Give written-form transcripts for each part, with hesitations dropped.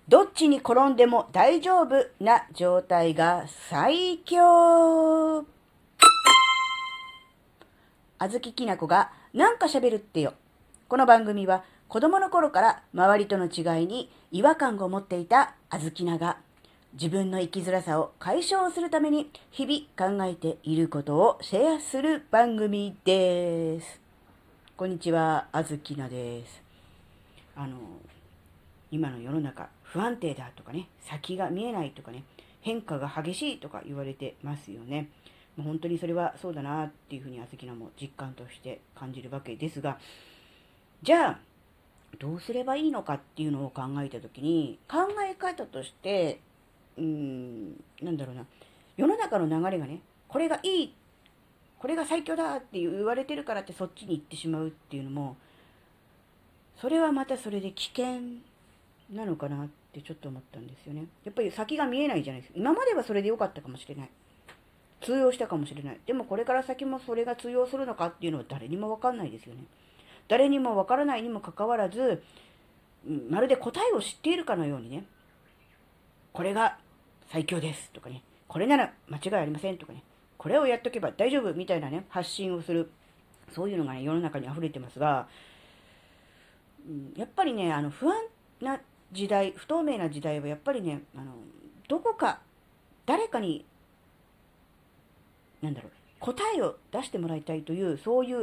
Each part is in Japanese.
どっちに転んでも大丈夫な状態が最強。あずききなこがなんか喋るってよ。この番組は子供の頃から周りとの違いに違和感を持っていたあずきなが自分の生きづらさを解消するために日々考えていることをシェアする番組です。こんにちは、あずきなです。今の世の中不安定だとかね、先が見えないとかね、変化が激しいとか言われてますよね。本当にそれはそうだなっていうふうにあずきなも実感として感じるわけですが、じゃあどうすればいいのかっていうのを考えたときに、考え方として、なんだろうな、世の中の流れがね、これがいい、これが最強だって言われてるからってそっちに行ってしまうっていうのも、それはまたそれで危険なのかなってちょっと思ったんですよね。やっぱり先が見えないじゃないですか。今まではそれで良かったかもしれない。通用したかもしれない。でもこれから先もそれが通用するのかっていうのは誰にもわかんないですよね。誰にもわからないにもかかわらず、まるで答えを知っているかのようにね、これが最強ですとかね、これなら間違いありませんとかね、これをやっとけば大丈夫みたいなね、発信をする、そういうのがね、世の中に溢れてますが、やっぱりね、不安な時代、不透明な時代はやっぱりね、どこか誰かに、なんだろう、答えを出してもらいたいという、そういう、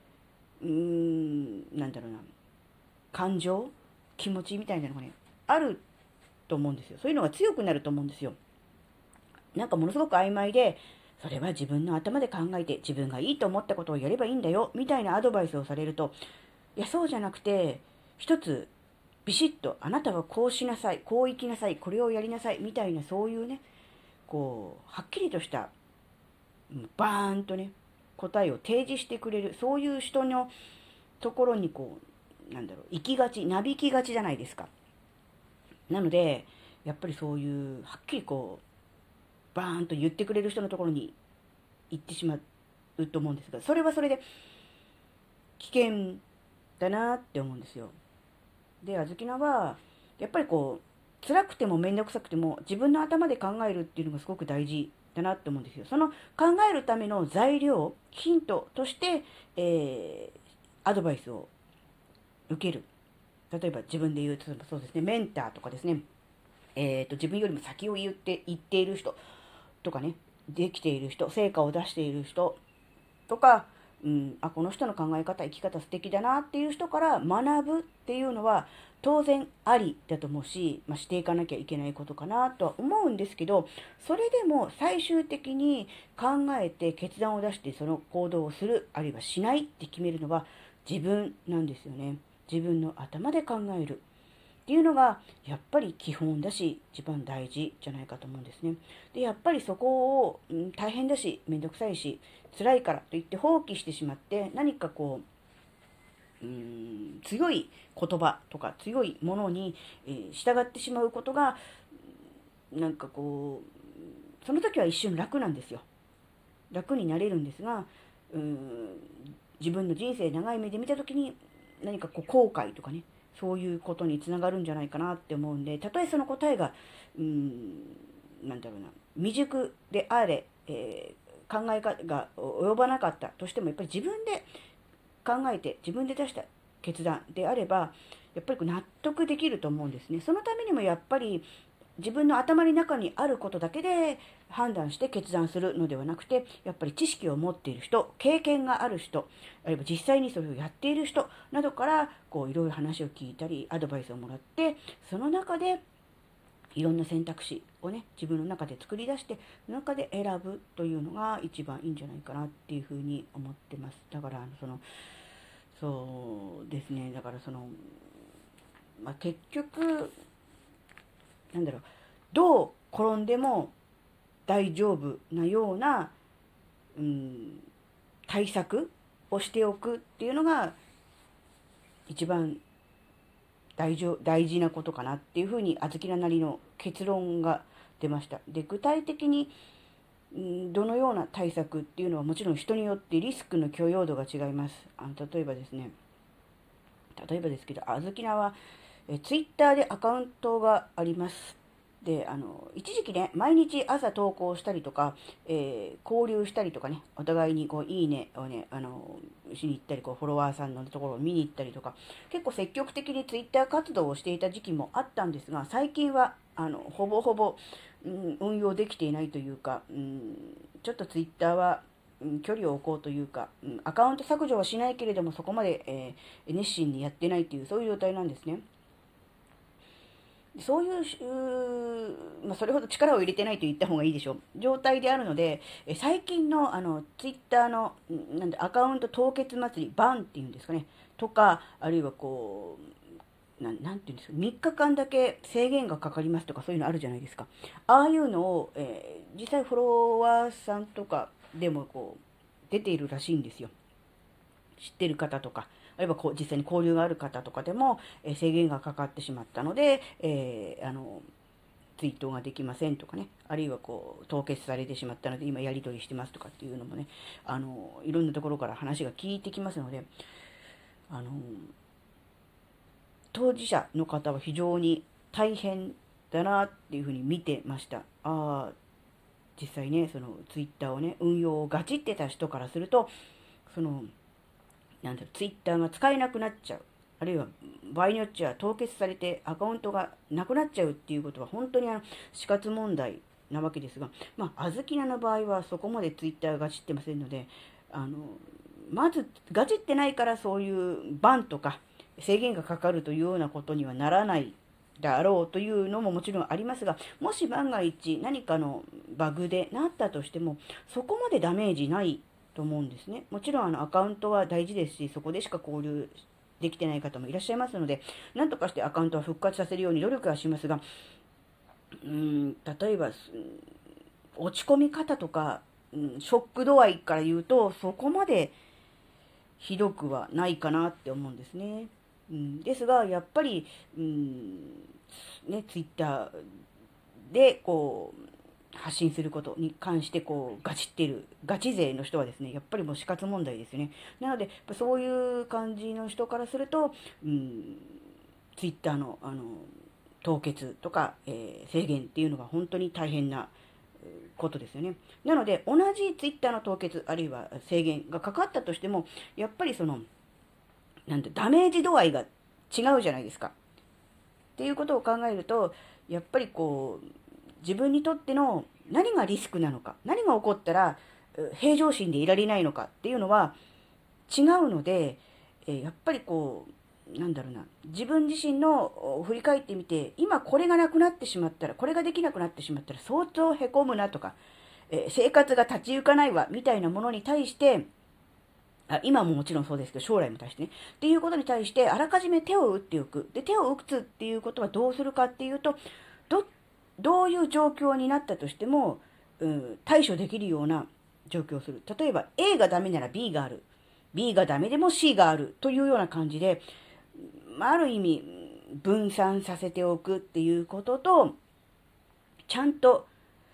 なんだろうな、感情、気持ちみたいなのがね、あると思うんですよ。そういうのが強くなると思うんですよ。なんかものすごく曖昧で、それは自分の頭で考えて自分がいいと思ったことをやればいいんだよ、みたいなアドバイスをされると、いや、そうじゃなくて、一つ、ビシッと、あなたはこうしなさい、こう生きなさい、これをやりなさい、みたいな、そういうね、こう、はっきりとした、バーンとね、答えを提示してくれる、そういう人のところにこう、なんだろう、行きがち、なびきがちじゃないですか。なので、やっぱりそういう、はっきりこう、バーンと言ってくれる人のところに行ってしまうと思うんですが、それはそれで危険だなって思うんですよ。で、あずきなは、やっぱりこう、辛くてもめんどくさくても自分の頭で考えるっていうのがすごく大事だなって思うんですよ。その考えるための材料、ヒントとして、アドバイスを受ける。例えば自分で言うと、そうですね、メンターとかですね、自分よりも先を言っている人とかね、できている人、成果を出している人とか、この人の考え方、生き方素敵だなっていう人から学ぶっていうのは当然ありだと思うし、していかなきゃいけないことかなとは思うんですけど、それでも最終的に考えて決断を出してその行動をする、あるいはしないって決めるのは自分なんですよね。自分の頭で考える。っていうのがやっぱり基本だし一番大事じゃないかと思うんですね。でやっぱりそこを、大変だしめんどくさいし辛いからといって放棄してしまって何かこう、強い言葉とか強いものに、従ってしまうことがなんかこうその時は一瞬楽なんですよ。楽になれるんですが、うーん自分の人生長い目で見た時に何かこう後悔とかね、そういうことにつながるんじゃないかなって思うんで、たとえその答えがなんだろうな、未熟であれ、考え方が及ばなかったとしてもやっぱり自分で考えて自分で出した決断であればやっぱり納得できると思うんですね。そのためにもやっぱり自分の頭の中にあることだけで判断して決断するのではなくて、やっぱり知識を持っている人、経験がある人、あるいは実際にそれをやっている人などからこういろいろ話を聞いたりアドバイスをもらって、その中でいろんな選択肢をね自分の中で作り出して中で選ぶというのが一番いいんじゃないかなっていうふうに思ってます。だからそうですね、だから結局なんだろう、どう転んでも大丈夫なような、うん、対策をしておくっていうのが一番大事なことかなっていうふうにあずきらなりの結論が出ました。で具体的にどのような対策っていうのはもちろん人によってリスクの許容度が違います。例えばですね、例えばですけど、あずきらは、 ツイッターでアカウントがあります。で、一時期ね、毎日朝投稿したりとか、交流したりとかね、お互いにこう、いいねをね、しに行ったり、こう、フォロワーさんのところを見に行ったりとか、結構積極的にツイッター活動をしていた時期もあったんですが、最近は、ほぼほぼ、運用できていないというか、ちょっとツイッターは、距離を置こうというか、アカウント削除はしないけれども、そこまで、熱心にやってないという、そういう状態なんですね。そういう、それほど力を入れてないと言った方がいいでしょう。状態であるので、最近のツイッターの、なんでアカウント凍結祭り、バンっていうんですかね、とか、あるいはこう、なんていうんですか、3日間だけ制限がかかりますとか、そういうのあるじゃないですか。ああいうのを、実際フォロワーさんとかでもこう、出ているらしいんですよ。知ってる方とか、あるいはこう実際に交流がある方とかでも、制限がかかってしまったので、ツイートができませんとかね、あるいはこう凍結されてしまったので今やり取りしてますとかっていうのもね、いろんなところから話が聞いてきますので、あの当事者の方は非常に大変だなっていうふうに見てました。実際ね、そのツイッターをね、運用をガチってた人からすると、そのツイッターが使えなくなっちゃう。あるいは場合によっちゃ凍結されてアカウントがなくなっちゃうっていうことは本当に死活問題なわけですが、あずきなの場合はそこまでツイッターがガチってませんので、まずガチってないからそういうバンとか制限がかかるというようなことにはならないだろうというのももちろんありますが、もし万が一何かのバグでなったとしても、そこまでダメージないと思うんですね。もちろんアカウントは大事ですし、そこでしか交流できてない方もいらっしゃいますので、なんとかしてアカウントは復活させるように努力はしますが、例えば、落ち込み方とか、ショック度合いから言うと、そこまでひどくはないかなって思うんですね。ですが、やっぱり、ツイッターでこう発信することに関してこうガチっているガチ勢の人はですね、やっぱりもう死活問題ですよね。なのでそういう感じの人からすると、ツイッターの凍結とか、制限っていうのが本当に大変なことですよね。なので同じツイッターの凍結あるいは制限がかかったとしても、やっぱりそのダメージ度合いが違うじゃないですか。っていうことを考えると、やっぱりこう自分にとっての何がリスクなのか、何が起こったら平常心でいられないのかっていうのは違うので、やっぱりこう自分自身の振り返ってみて、今これがなくなってしまったら、これができなくなってしまったら相当へこむなとか、生活が立ち行かないわみたいなものに対して、今ももちろんそうですけど、将来も対してね。っていうことに対して、あらかじめ手を打っておく。で、手を打つっていうことはどうするかっていうと、どういう状況になったとしても、対処できるような状況をする。例えば、A がダメなら B がある。B がダメでも C がある。というような感じで、ある意味、分散させておくっていうことと、ちゃんと、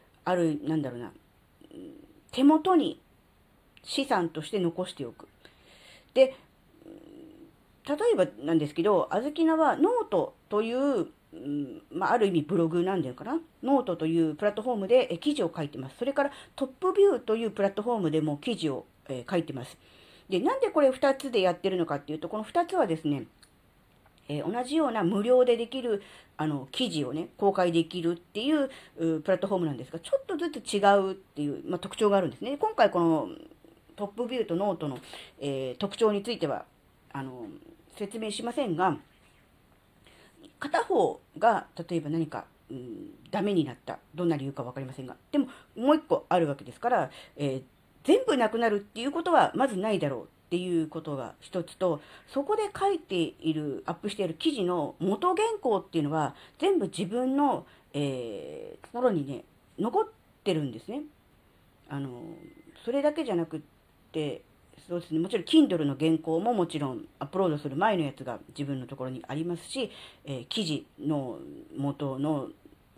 手元に資産として残しておく。で、例えばなんですけど、あずきなはノートという、ある意味ブログなんだよかな。ノートというプラットフォームで記事を書いてます。それからトップビューというプラットフォームでも記事を書いてます。で、なんでこれ2つでやってるのかっていうと、この2つはですね、同じような無料でできる記事をね、公開できるっていうプラットフォームなんですが、ちょっとずつ違うっていう、特徴があるんですね。今回このトップビューとノートの、特徴については、説明しませんが、片方が例えば何か、ダメになった。どんな理由か分かりませんが。でも、もう一個あるわけですから、全部なくなるっていうことはまずないだろうっていうことが一つと、そこで書いている、アップしている記事の元原稿っていうのは、全部自分の、ところにね、残ってるんですね。それだけじゃなくって、そうですね、もちろん Kindle の原稿ももちろんアップロードする前のやつが自分のところにありますし、記事の元の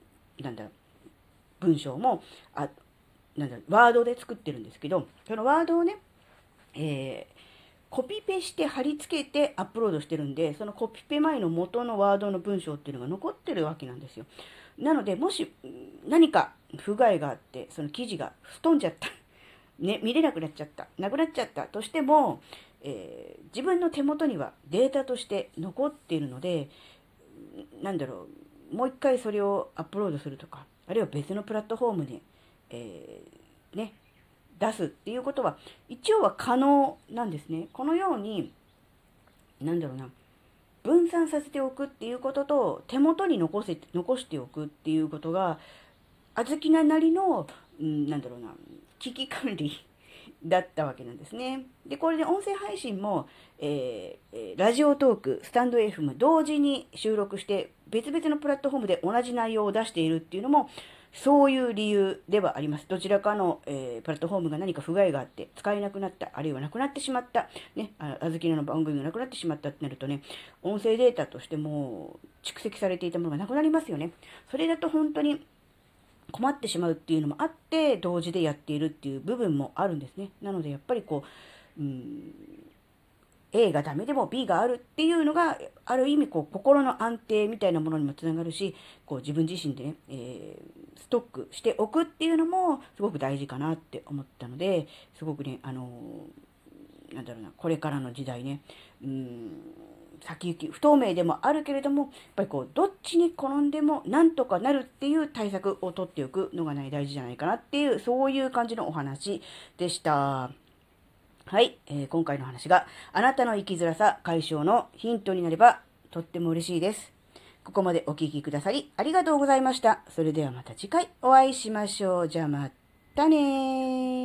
文章もワードで作ってるんですけど、そのワードをね、 コピペして貼り付けてアップロードしてるんで、そのコピペ前の元のワードの文章っていうのが残ってるわけなんですよ。なので、もし何か不具合があって、その記事が吹っ飛んじゃった、ね、見れなくなっちゃった、なくなっちゃったとしても、自分の手元にはデータとして残っているので、なんだろう、もう一回それをアップロードするとか、あるいは別のプラットフォームで、ね、出すっていうことは一応は可能なんですね。このように、なんだろうな、分散させておくっていうことと、手元に残しておくっていうことが、あずきななりの、なんだろうな、危機管理だったわけなんですね。で、これで音声配信も、ラジオトーク、スタンド FM 同時に収録して、別々のプラットフォームで同じ内容を出しているっていうのも、そういう理由ではあります。どちらかの、プラットフォームが何か不具合があって、使えなくなった、あるいはなくなってしまった、ね、あずきの番組がなくなってしまったってなるとね、音声データとしても蓄積されていたものがなくなりますよね。それだと本当に困ってしまうっていうのもあって、同時でやっているっていう部分もあるんですね。なのでやっぱりこう、A がダメでも B があるっていうのが、ある意味こう心の安定みたいなものにもつながるし、こう自分自身でね、ストックしておくっていうのもすごく大事かなって思ったので、すごくね、なんだろうな、これからの時代ね、先行き不透明でもあるけれども、やっぱりこうどっちに転んでもなんとかなるっていう対策を取っておくのがね、大事じゃないかなっていう、そういう感じのお話でした。はい、今回の話があなたの生きづらさ解消のヒントになればとっても嬉しいです。ここまでお聞きくださりありがとうございました。それではまた次回お会いしましょう。じゃあまたねー。